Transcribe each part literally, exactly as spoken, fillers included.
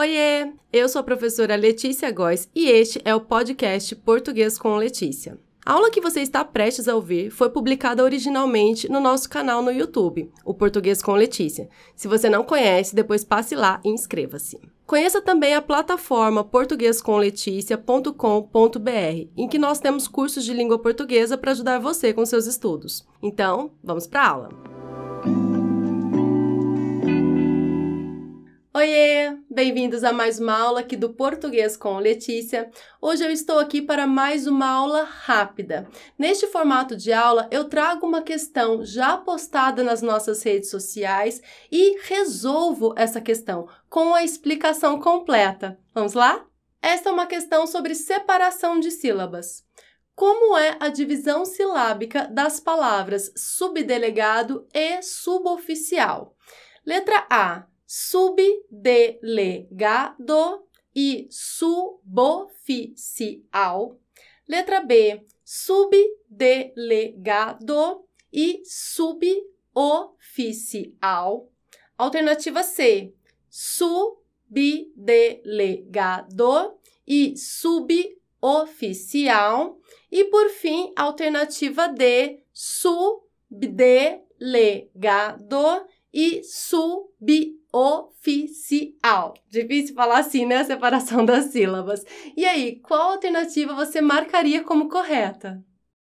Oiê! Eu sou a professora Letícia Góes e este é o podcast Português com Letícia. A aula que você está prestes a ouvir foi publicada originalmente no nosso canal no YouTube, o Português com Letícia. Se você não conhece, depois passe lá e inscreva-se. Conheça também a plataforma português com letícia ponto com ponto b r, em que nós temos cursos de língua portuguesa para ajudar você com seus estudos. Então, vamos para a aula! Oiê! Bem-vindos a mais uma aula aqui do Português com Letícia. Hoje eu estou aqui para mais uma aula rápida. Neste formato de aula, eu trago uma questão já postada nas nossas redes sociais e resolvo essa questão com a explicação completa. Vamos lá? Esta é uma questão sobre separação de sílabas. Como é a divisão silábica das palavras subdelegado e suboficial? Letra A. Subdelegado e suboficial. Letra B, subdelegado e suboficial. Alternativa C, subdelegado e suboficial. E, por fim, alternativa D, subdelegado e suboficial. Oficial. Difícil falar assim, né? A separação das sílabas. E aí, qual alternativa você marcaria como correta?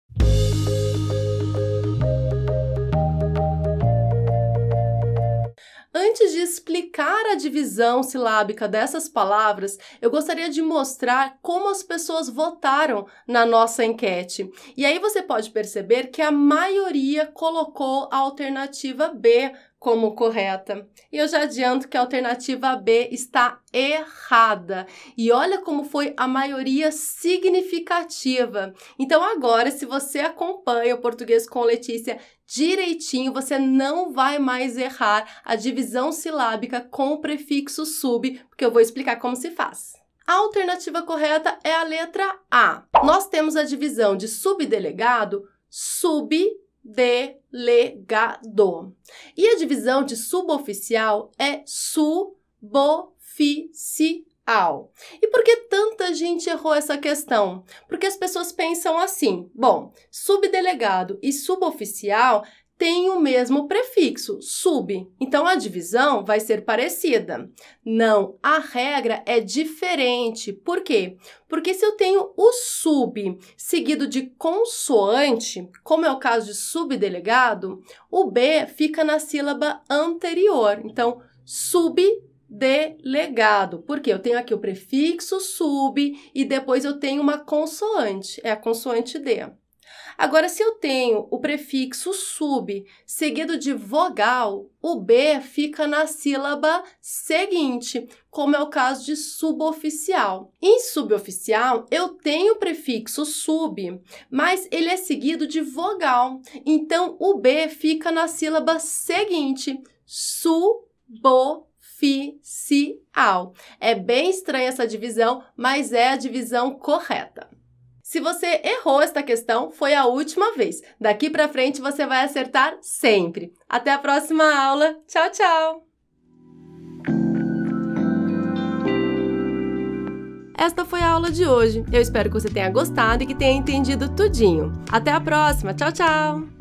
Antes de explicar a divisão silábica dessas palavras, eu gostaria de mostrar como as pessoas votaram na nossa enquete. E aí você pode perceber que a maioria colocou a alternativa B como correta. E eu já adianto que a alternativa B está errada. E olha como foi a maioria significativa. Então agora, se você acompanha o Português com Letícia direitinho, você não vai mais errar a divisão silábica com o prefixo sub, porque eu vou explicar como se faz. A alternativa correta é a letra A. Nós temos a divisão de subdelegado, subdelegado. Delegado. E a divisão de suboficial é suboficial. E por que tanta gente errou essa questão? Porque as pessoas pensam assim, bom, subdelegado e suboficial têm o mesmo prefixo, sub. Então, a divisão vai ser parecida. Não, a regra é diferente. Por quê? Porque se eu tenho o sub seguido de consoante, como é o caso de subdelegado, o B fica na sílaba anterior. Então, subdelegado. Por quê? Eu tenho aqui o prefixo sub e depois eu tenho uma consoante. É a consoante D. Agora, se eu tenho o prefixo sub seguido de vogal, o B fica na sílaba seguinte, como é o caso de suboficial. Em suboficial, eu tenho o prefixo sub, mas ele é seguido de vogal. Então, o B fica na sílaba seguinte, suboficial. É bem estranha essa divisão, mas é a divisão correta. Se você errou esta questão, foi a última vez. Daqui para frente você vai acertar sempre. Até a próxima aula. Tchau, tchau! Esta foi a aula de hoje. Eu espero que você tenha gostado e que tenha entendido tudinho. Até a próxima. Tchau, tchau!